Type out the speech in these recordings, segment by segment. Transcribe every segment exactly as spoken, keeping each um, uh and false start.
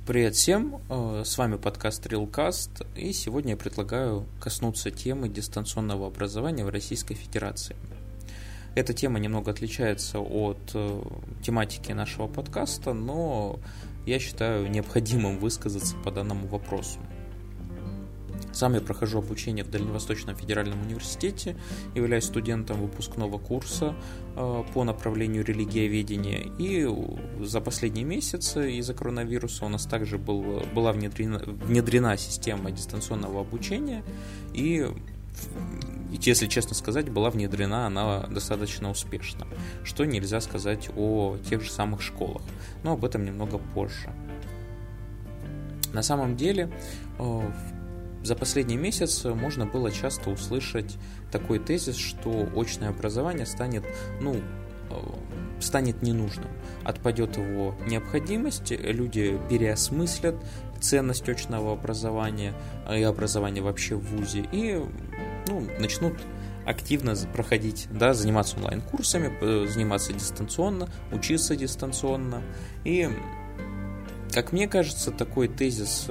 Привет всем, с вами подкаст Realcast, и сегодня я предлагаю коснуться темы дистанционного образования в Российской Федерации. Эта тема немного отличается от тематики нашего подкаста, но я считаю необходимым высказаться по данному вопросу. Сам я прохожу обучение в Дальневосточном федеральном университете, являюсь студентом выпускного курса по направлению религиоведения, и за последние месяцы из-за коронавируса у нас также был, была внедрена, внедрена система дистанционного обучения, и, если честно сказать, была внедрена она достаточно успешно, что нельзя сказать о тех же самых школах, но об этом немного позже. На самом деле, в За последний месяц можно было часто услышать такой тезис, что очное образование станет, ну, станет ненужным. Отпадет его необходимость, люди переосмыслят ценность очного образования и образования вообще в вузе и ну, начнут активно проходить, да, заниматься онлайн-курсами, заниматься дистанционно, учиться дистанционно. И, как мне кажется, такой тезис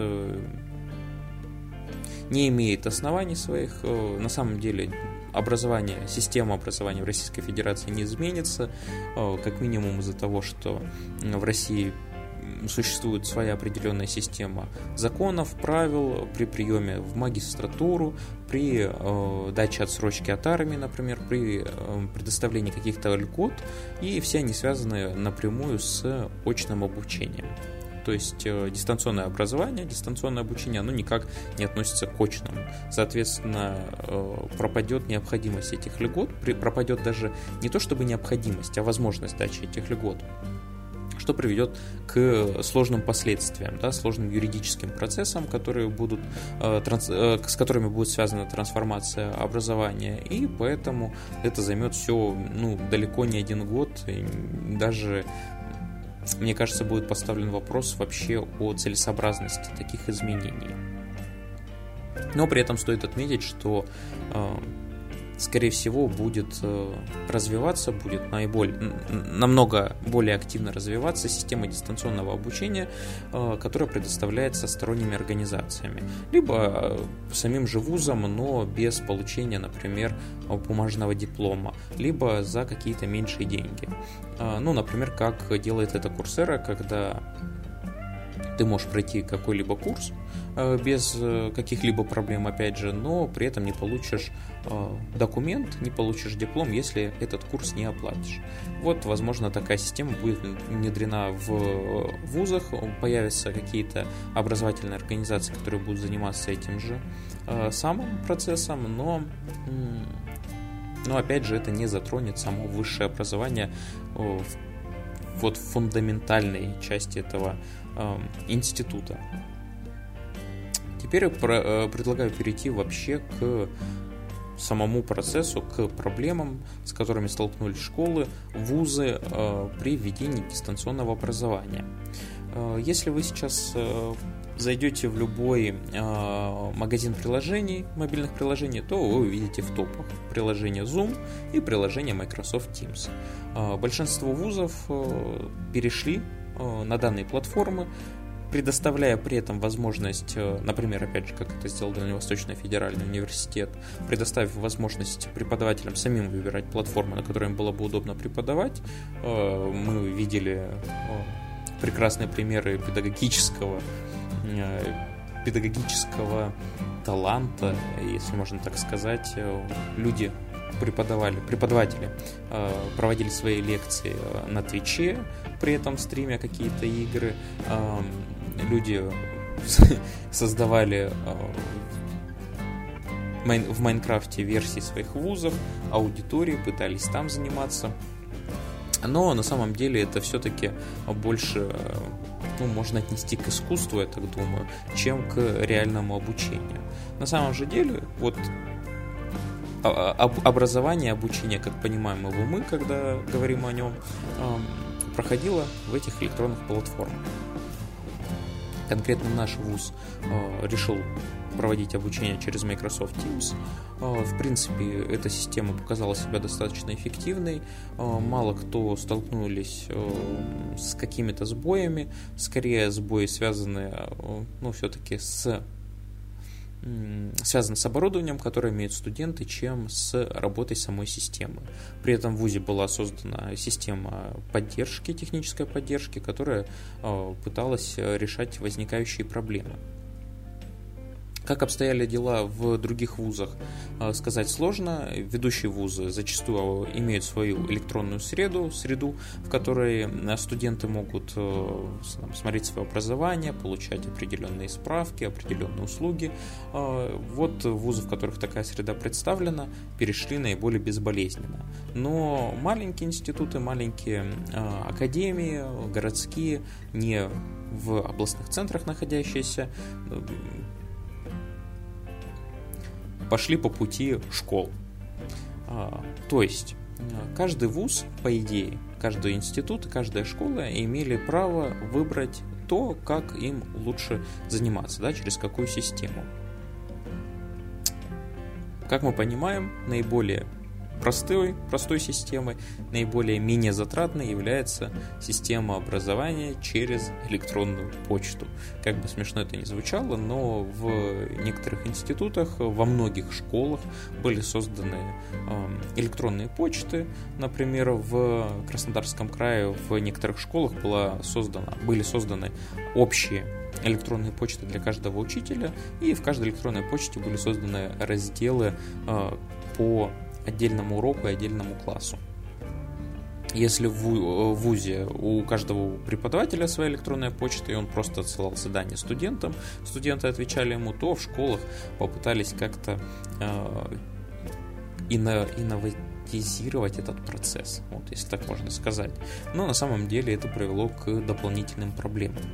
не имеет оснований своих. На самом деле образование, система образования в Российской Федерации не изменится, как минимум из-за того, что в России существует своя определенная система законов, правил при приеме в магистратуру, при даче отсрочки от армии, например, при предоставлении каких-то льгот, и все они связаны напрямую с очным обучением. То есть э, дистанционное образование, дистанционное обучение, оно никак не относится к очному. Соответственно, э, пропадет необходимость этих льгот, при, пропадет даже не то чтобы необходимость, а возможность дачи этих льгот, что приведет к сложным последствиям, да, сложным юридическим процессам, которые будут, э, транс, э, с которыми будет связана трансформация образования, и поэтому это займет все ну, далеко не один год, и даже... Мне кажется, будет поставлен вопрос вообще о целесообразности таких изменений. Но при этом стоит отметить, что, э, скорее всего, будет э, развиваться, будет наиболее, намного более активно развиваться система дистанционного обучения, э, которая предоставляется сторонними организациями. Либо э, самим же вузом, но без получения, например, бумажного диплома, либо за какие-то меньшие деньги. Ну, например, как делает это Coursera, когда ты можешь пройти какой-либо курс без каких-либо проблем, опять же, но при этом не получишь документ, не получишь диплом, если этот курс не оплатишь. Вот, возможно, такая система будет внедрена в вузах, появятся какие-то образовательные организации, которые будут заниматься этим же самым процессом, но... Но, опять же, это не затронет само высшее образование вот в фундаментальной части этого э, института. Теперь я про, э, предлагаю перейти вообще к самому процессу, к проблемам, с которыми столкнулись школы, вузы э, при введении дистанционного образования. Э, если вы сейчас... Э, зайдете в любой э, магазин приложений, мобильных приложений, то вы увидите в топах приложение Zoom и приложение Microsoft Teams. Э, большинство вузов э, перешли э, на данные платформы, предоставляя при этом возможность, э, например, опять же, как это сделал Дальневосточный федеральный университет, предоставив возможность преподавателям самим выбирать платформы, на которой им было бы удобно преподавать. Э, мы видели э, прекрасные примеры педагогического педагогического таланта, если можно так сказать. Люди преподавали, преподаватели проводили свои лекции на Твиче, при этом стримя какие-то игры. Люди создавали в Майнкрафте версии своих вузов, аудитории, пытались там заниматься. Но на самом деле это все-таки больше, ну, можно отнести к искусству, я так думаю, чем к реальному обучению. На самом же деле, вот образование, обучение, как понимаем его мы, когда говорим о нем, проходило в этих электронных платформах. конкретно наш вуз решил проводить обучение через Microsoft Teams. В принципе, эта система показала себя достаточно эффективной. Мало кто столкнулись с какими-то сбоями. Скорее, сбои связаны, ну, все-таки с связано с оборудованием, которое имеют студенты, чем с работой самой системы. При этом в вузе была создана система поддержки, технической поддержки, которая пыталась решать возникающие проблемы. Как обстояли дела в других вузах, сказать сложно. Ведущие вузы зачастую имеют свою электронную среду, среду, в которой студенты могут смотреть свое образование, получать определенные справки, определенные услуги. Вот вузы, в которых такая среда представлена, перешли наиболее безболезненно. Но маленькие институты, маленькие академии, городские, не в областных центрах находящиеся, пошли по пути школ. То есть каждый вуз, по идее, каждый институт, каждая школа имели право выбрать то, как им лучше заниматься, да, через какую систему. Как мы понимаем, наиболее простой, простой системой, наиболее менее затратной является система образования через электронную почту. Как бы смешно это ни звучало, но в некоторых институтах, во многих школах были созданы электронные почты. Например, в Краснодарском крае в некоторых школах была создана, были созданы общие электронные почты для каждого учителя, и в каждой электронной почте были созданы разделы по отдельному уроку и отдельному классу. Если в вузе у каждого преподавателя своя электронная почта, и он просто отсылал задания студентам, студенты отвечали ему, то в школах попытались как-то э, ино, инноватизировать этот процесс, вот, если так можно сказать. Но на самом деле это привело к дополнительным проблемам.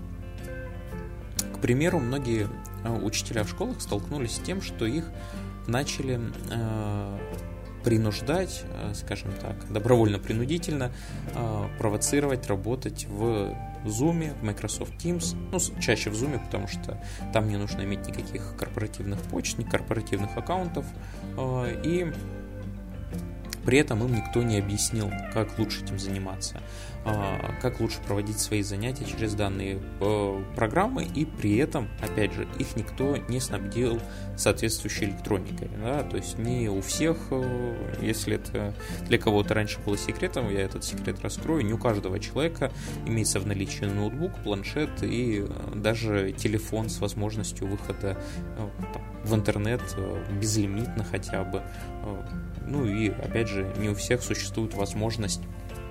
К примеру, многие учителя в школах столкнулись с тем, что их начали э, принуждать, э, скажем так, добровольно-принудительно э, провоцировать работать в Zoom, в Microsoft Teams, ну, чаще в Zoom, потому что там не нужно иметь никаких корпоративных почт, ни корпоративных аккаунтов, э, и при этом им никто не объяснил, как лучше этим заниматься, как лучше проводить свои занятия через данные программы, и при этом, опять же, их никто не снабдил соответствующей электроникой. Да? То есть не у всех, если это для кого-то раньше было секретом, я этот секрет раскрою, не у каждого человека имеется в наличии ноутбук, планшет и даже телефон с возможностью выхода там, в интернет безлимитно хотя бы. Ну и, опять же, не у всех существует возможность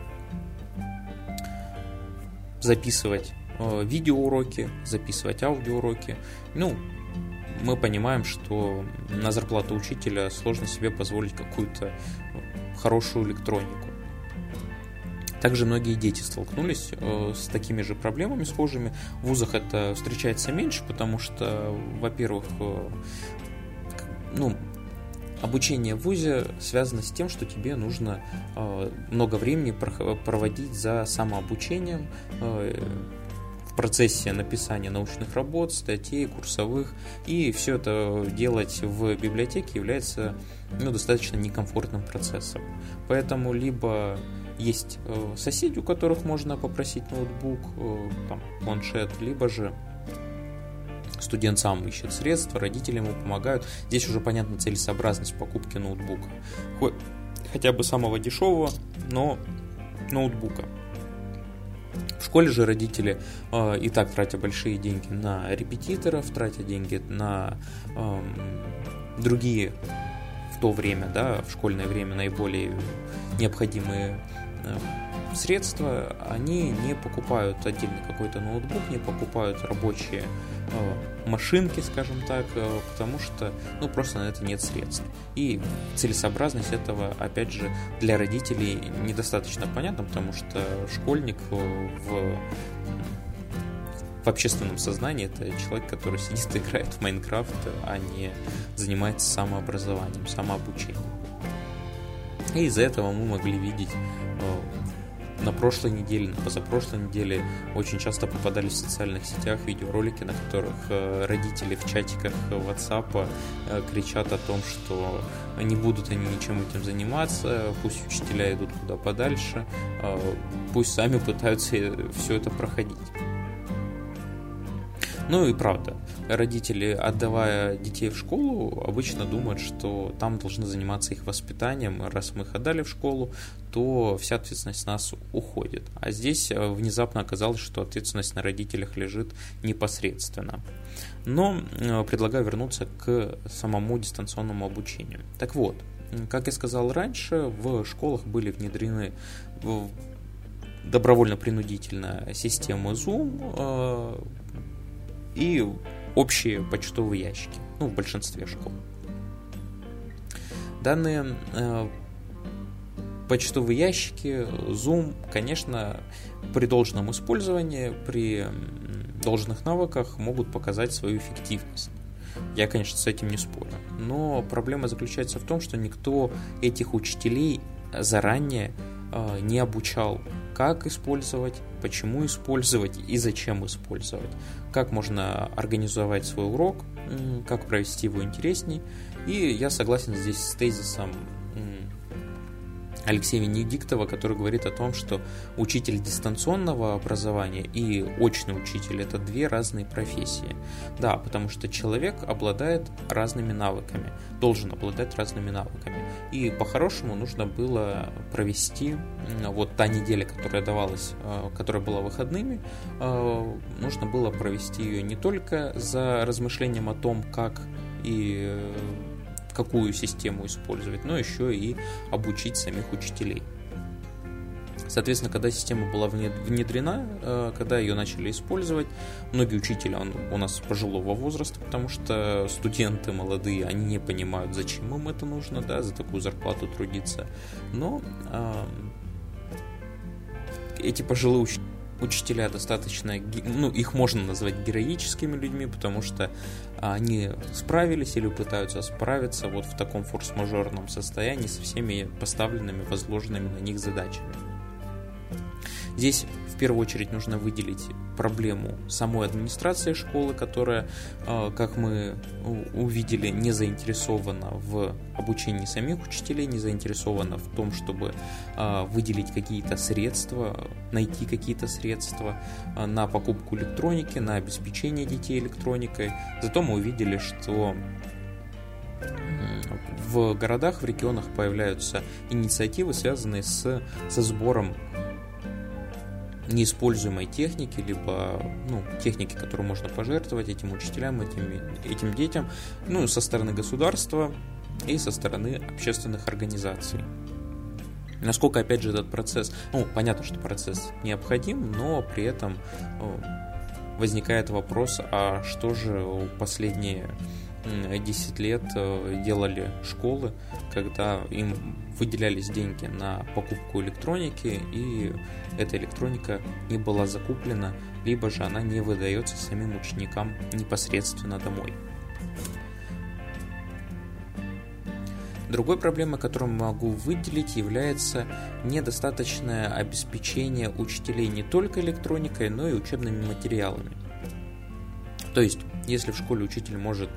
записывать э, видеоуроки, записывать аудиоуроки. Ну, мы понимаем, что на зарплату учителя сложно себе позволить какую-то хорошую электронику. Также многие дети столкнулись э, с такими же проблемами схожими. В вузах это встречается меньше, потому что, во-первых, э, ну, обучение в вузе связано с тем, что тебе нужно э, много времени проводить за самообучением э, в процессе написания научных работ, статей, курсовых, и все это делать в библиотеке является, ну, достаточно некомфортным процессом. Поэтому либо есть э, соседи, у которых можно попросить ноутбук, э, там, планшет, либо же студент сам ищет средства, родители ему помогают. Здесь уже понятна целесообразность покупки ноутбука. Хотя бы самого дешевого, но ноутбука. В школе же родители э, и так тратят большие деньги на репетиторов, тратят деньги на э, другие в то время, да, в школьное время наиболее необходимые э, средства. Они не покупают отдельно какой-то ноутбук, не покупают рабочие э, машинки, скажем так, э, потому что, ну, просто на это нет средств. И целесообразность этого, опять же, для родителей недостаточно понятна, потому что школьник в, в общественном сознании это человек, который сидит и играет в Майнкрафт, а не занимается самообразованием, самообучением. И из-за этого мы могли видеть на прошлой неделе, на позапрошлой неделе очень часто попадались в социальных сетях видеоролики, на которых родители в чатиках WhatsApp кричат о том, что не будут они ничем этим заниматься, пусть учителя идут куда подальше, пусть сами пытаются все это проходить. Ну и правда, родители, отдавая детей в школу, обычно думают, что там должны заниматься их воспитанием. Раз мы их отдали в школу, то вся ответственность с нас уходит. А здесь внезапно оказалось, что ответственность на родителях лежит непосредственно. Но предлагаю вернуться к самому дистанционному обучению. Так вот, как я сказал раньше, в школах были внедрены добровольно-принудительно системы Zoom и общие почтовые ящики, ну, в большинстве школ. Данные э, почтовые ящики, Zoom, конечно, при должном использовании, при должных навыках могут показать свою эффективность. Я, конечно, с этим не спорю. Но проблема заключается в том, что никто этих учителей заранее э, не обучал, как использовать, почему использовать и зачем использовать, как можно организовать свой урок, как провести его интересней. И я согласен здесь с тезисом Алексея Венедиктова, который говорит о том, что учитель дистанционного образования и очный учитель – это две разные профессии. Да, потому что человек обладает разными навыками, должен обладать разными навыками. И по-хорошему нужно было провести вот та неделя, которая давалась, которая была выходными, нужно было провести ее не только за размышлением о том, как и какую систему использовать, но еще и обучить самих учителей. Соответственно, когда система была внедрена, когда ее начали использовать, многие учителя у нас пожилого возраста, потому что студенты молодые, они не понимают, зачем им это нужно, да, за такую зарплату трудиться. Но э, эти пожилые учителя Учителя достаточно, ну, их можно назвать героическими людьми, потому что они справились или пытаются справиться вот в таком форс-мажорном состоянии со всеми поставленными, возложенными на них задачами. Здесь в первую очередь нужно выделить проблему самой администрации школы, которая, как мы увидели, не заинтересована в обучении самих учителей, не заинтересована в том, чтобы выделить какие-то средства, найти какие-то средства на покупку электроники, на обеспечение детей электроникой. Зато мы увидели, что в городах, в регионах появляются инициативы, связанные с, со сбором неиспользуемой техники, либо ну, техники, которую можно пожертвовать этим учителям, этим, этим детям, ну, со стороны государства и со стороны общественных организаций. Насколько, опять же, этот процесс, ну, понятно, что процесс необходим, но при этом возникает вопрос, а что же последние десять лет делали школы, когда им выделялись деньги на покупку электроники, и эта электроника не была закуплена, либо же она не выдается самим ученикам непосредственно домой. Другой проблемой, которую могу выделить, является недостаточное обеспечение учителей не только электроникой, но и учебными материалами. То есть, если в школе учитель может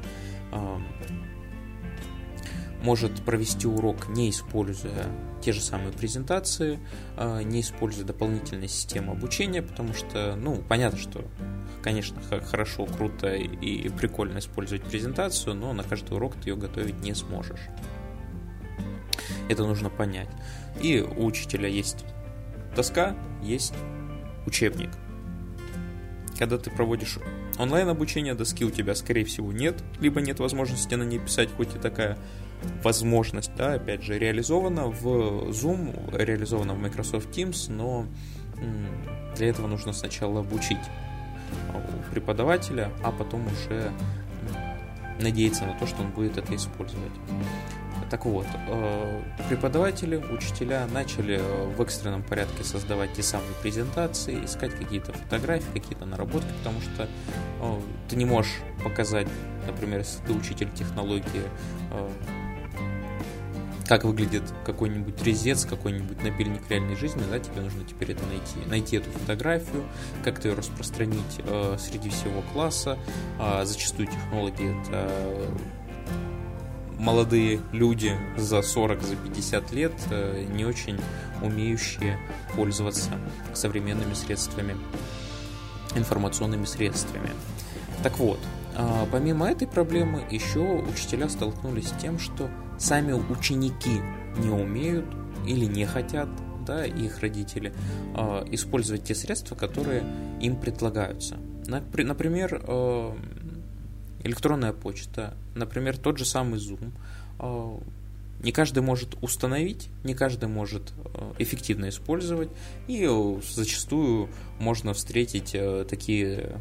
может провести урок, не используя те же самые презентации, не используя дополнительные системы обучения, потому что, ну, понятно, что, конечно, хорошо, круто и прикольно использовать презентацию, но на каждый урок ты ее готовить не сможешь. Это нужно понять. И у учителя есть доска, есть учебник. Когда ты проводишь онлайн-обучение, доски у тебя, скорее всего, нет, либо нет возможности на ней писать, хоть и такая возможность, да, опять же, реализована в Zoom, реализована в Microsoft Teams, но для этого нужно сначала обучить преподавателя, а потом уже надеяться на то, что он будет это использовать. Так вот, преподаватели, учителя начали в экстренном порядке создавать те самые презентации, искать какие-то фотографии, какие-то наработки, потому что ты не можешь показать, например, если ты учитель технологии, как выглядит какой-нибудь резец, какой-нибудь напильник реальной жизни, да, тебе нужно теперь это найти. Найти эту фотографию, как-то ее распространить э, среди всего класса. Э, зачастую технологи — это молодые люди за сорок, за пятьдесят лет, э, не очень умеющие пользоваться современными средствами, информационными средствами. Так вот, э, помимо этой проблемы, еще учителя столкнулись с тем, что сами ученики не умеют или не хотят, да, их родители, э, использовать те средства, которые им предлагаются. Например, э, электронная почта, например, тот же самый Zoom. Э, не каждый может установить, не каждый может э, эффективно использовать, и э, зачастую можно встретить э, такие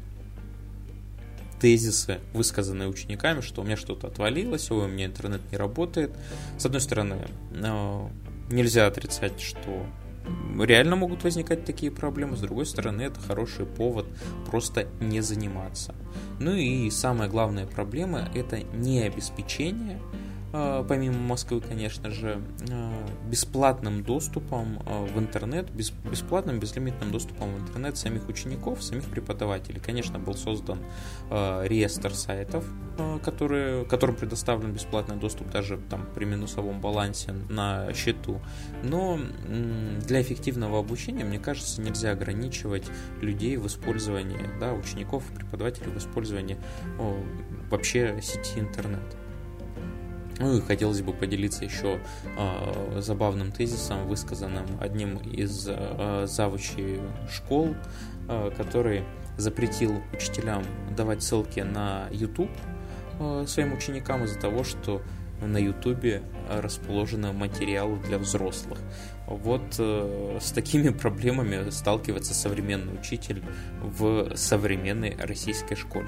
тезисы, высказанные учениками, что у меня что-то отвалилось, ой, у меня интернет не работает. С одной стороны, нельзя отрицать, что реально могут возникать такие проблемы, с другой стороны, это хороший повод просто не заниматься. Ну и самая главная проблема — это необеспечение, помимо Москвы, конечно же, бесплатным доступом в интернет, бесплатным, безлимитным доступом в интернет самих учеников, самих преподавателей. Конечно, был создан реестр сайтов, которые, которым предоставлен бесплатный доступ даже там, при минусовом балансе на счету. Но для эффективного обучения, мне кажется, нельзя ограничивать людей в использовании, да, учеников, преподавателей в использовании о, вообще сети интернет. Ну и хотелось бы поделиться еще э, забавным тезисом, высказанным одним из э, завучей школ, э, который запретил учителям давать ссылки на YouTube э, своим ученикам из-за того, что на YouTube расположены материалы для взрослых. Вот э, с такими проблемами сталкивается современный учитель в современной российской школе.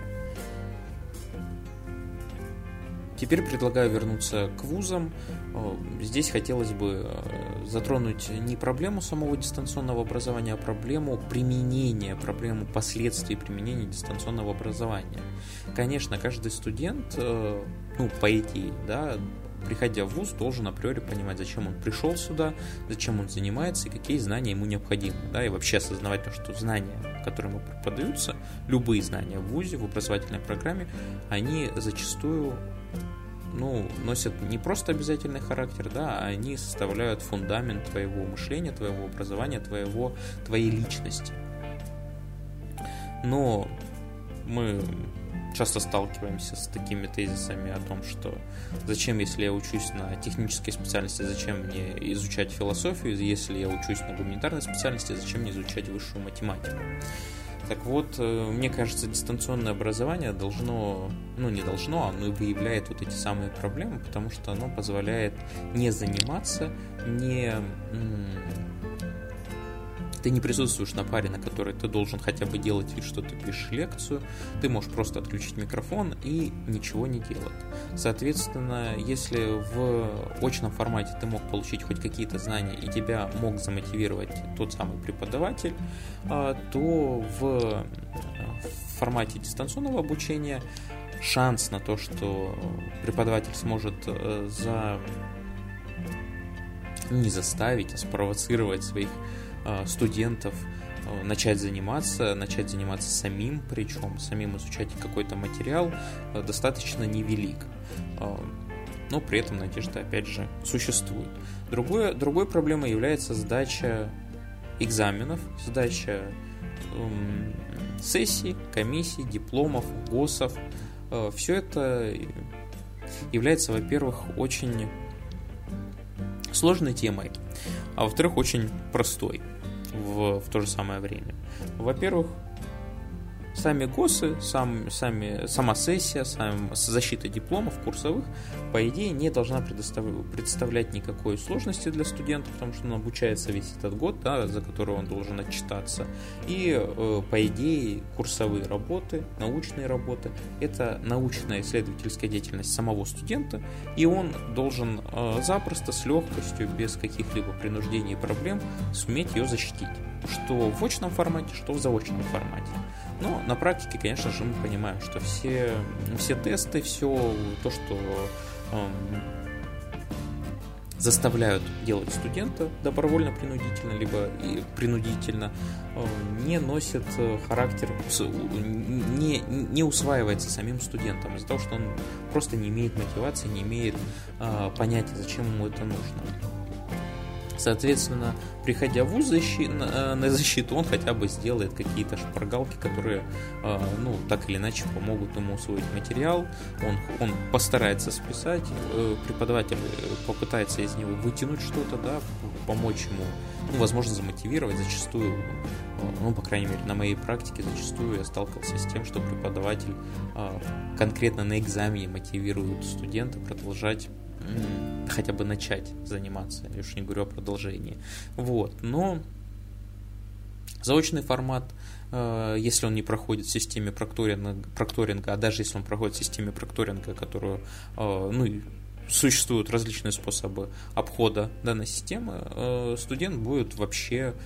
Теперь предлагаю вернуться к вузам. Здесь хотелось бы затронуть не проблему самого дистанционного образования, а проблему применения, проблему последствий применения дистанционного образования. Конечно, каждый студент, ну, по идее, да, приходя в вуз, должен априори понимать, зачем он пришел сюда, зачем он занимается и какие знания ему необходимы. Да, и вообще осознавать то, что знания, которые ему преподаются, любые знания в вузе, в образовательной программе, они зачастую ну, носят не просто обязательный характер, да, а они составляют фундамент твоего мышления, твоего образования, твоего, твоей личности. Но мы часто сталкиваемся с такими тезисами о том, что зачем, если я учусь на технической специальности, зачем мне изучать философию, если я учусь на гуманитарной специальности, зачем мне изучать высшую математику. Так вот, мне кажется, дистанционное образование должно, ну не должно, оно и выявляет вот эти самые проблемы, потому что оно позволяет не заниматься, не... Ты не присутствуешь на паре, на которой ты должен хотя бы делать вид, что ты пишешь лекцию, ты можешь просто отключить микрофон и ничего не делать. Соответственно, если в очном формате ты мог получить хоть какие-то знания и тебя мог замотивировать тот самый преподаватель, то в формате дистанционного обучения шанс на то, что преподаватель сможет за... не заставить, а спровоцировать своих студентов начать заниматься, начать заниматься самим, причем самим изучать какой-то материал, достаточно невелик. Но при этом надежда, опять же, существует. Другое, другой проблемой является сдача экзаменов, сдача эм, сессий, комиссий, дипломов, ГОСов. Все это является, во-первых, очень сложной темой, а во-вторых, очень простой в, в то же самое время. Во-первых, сами ГОСы, сам, сами, сама сессия, сам, защита дипломов курсовых, по идее, не должна представлять никакой сложности для студента, потому что он обучается весь этот год, да, за который он должен отчитаться. И, э, по идее, курсовые работы, научные работы – это научная исследовательская деятельность самого студента, и он должен э, запросто, с легкостью, без каких-либо принуждений и проблем суметь ее защитить. Что в очном формате, что в заочном формате. Но на практике, конечно же, мы понимаем, что все, все тесты, все то, что эм, заставляют делать студента добровольно-принудительно, либо и принудительно, не носит характер, не, не усваивается самим студентом из-за того, что он просто не имеет мотивации, не имеет а, понятия, зачем ему это нужно. Соответственно, приходя в вуз защи- на, на защиту, он хотя бы сделает какие-то шпаргалки, которые, э, ну, так или иначе помогут ему усвоить материал, он, он постарается списать, э, преподаватель попытается из него вытянуть что-то, да, помочь ему, ну, возможно, замотивировать. Зачастую, э, ну, по крайней мере, на моей практике зачастую я сталкивался с тем, что преподаватель э, конкретно на экзамене мотивирует студента продолжать, хотя бы начать заниматься, я уж не говорю о продолжении. Вот. Но заочный формат, если он не проходит в системе прокторинга, прокторинга, а даже если он проходит в системе прокторинга, которую, ну, существуют различные способы обхода данной системы, студент будет вообще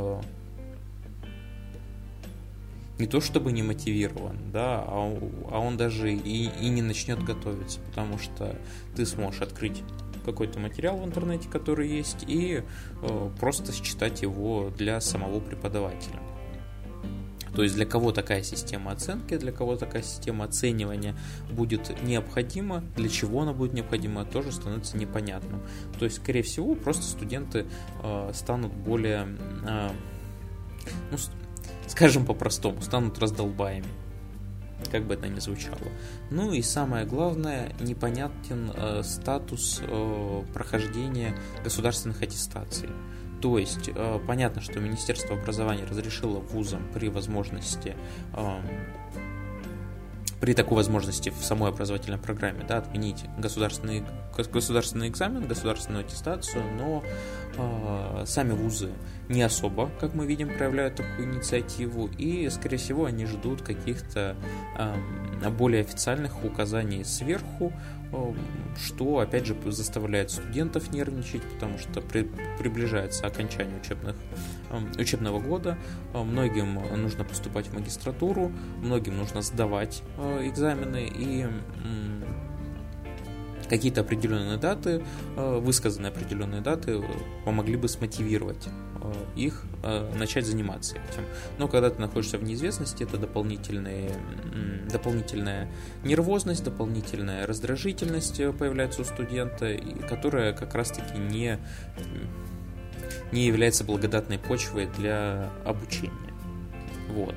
не то чтобы не мотивирован, да, а, а он даже и, и не начнет готовиться, потому что ты сможешь открыть какой-то материал в интернете, который есть, и э, просто считать его для самого преподавателя. То есть для кого такая система оценки, для кого такая система оценивания будет необходима, для чего она будет необходима, тоже становится непонятным. То есть, скорее всего, просто студенты э, станут более... Э, ну, скажем по-простому, станут раздолбаями, как бы это ни звучало. Ну и самое главное, непонятен э, статус э, прохождения государственных аттестаций. То есть, э, понятно, что Министерство образования разрешило вузам при возможности, э, при такой возможности в самой образовательной программе, да, отменить государственный, государственный экзамен, государственную аттестацию, но э, сами вузы не особо, как мы видим, проявляют такую инициативу, и, скорее всего, они ждут каких-то э, более официальных указаний сверху, э, что, опять же, заставляет студентов нервничать, потому что при, приближается окончание учебных, э, учебного года, э, многим нужно поступать в магистратуру, многим нужно сдавать э, экзамены, и э, какие-то определенные даты, э, высказанные определенные даты помогли бы смотивировать их э, начать заниматься этим. Но когда ты находишься в неизвестности, это дополнительные, дополнительная нервозность, дополнительная раздражительность появляется у студента, которая как раз-таки не, не является благодатной почвой для обучения. Вот.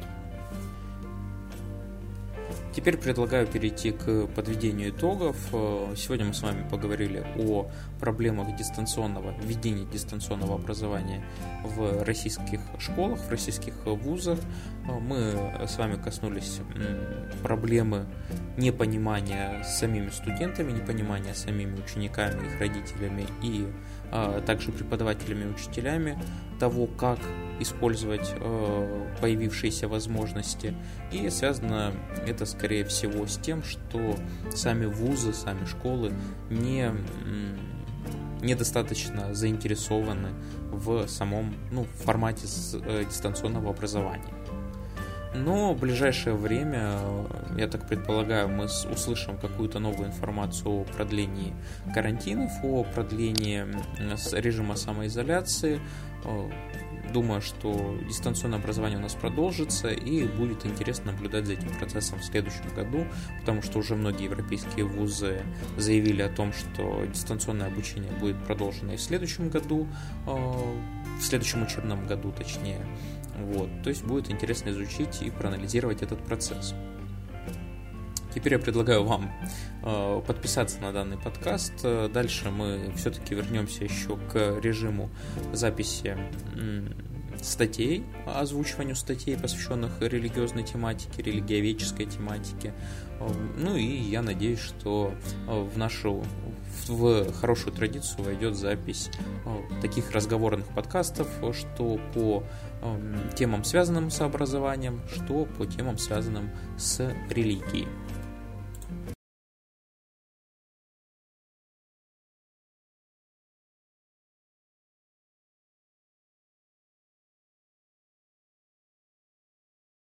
Теперь предлагаю перейти к подведению итогов. Сегодня мы с вами поговорили о проблемах дистанционного, введения дистанционного образования в российских школах, в российских вузах. Мы с вами коснулись проблемы непонимания самими студентами, непонимания самими учениками, их родителями и а также преподавателями и учителями того, как использовать э, появившиеся возможности. И связано это, скорее всего, с тем, что сами вузы, сами школы не, недостаточно заинтересованы в самом, ну, в формате с, э, дистанционного образования. Но в ближайшее время, я так предполагаю, мы услышим какую-то новую информацию о продлении карантинов, о продлении режима самоизоляции. Думаю, что дистанционное образование у нас продолжится, и будет интересно наблюдать за этим процессом в следующем году, потому что уже многие европейские вузы заявили о том, что дистанционное обучение будет продолжено и в следующем году, в следующем учебном году точнее. Вот. То есть будет интересно изучить и проанализировать этот процесс. Теперь я предлагаю вам э, подписаться на данный подкаст. Дальше мы все-таки вернемся еще к режиму записи м, статей, озвучиванию статей, посвященных религиозной тематике, религиоведческой тематике. Ну и я надеюсь, что в нашу в хорошую традицию войдет запись таких разговорных подкастов, что по темам, связанным с образованием, что по темам, связанным с религией.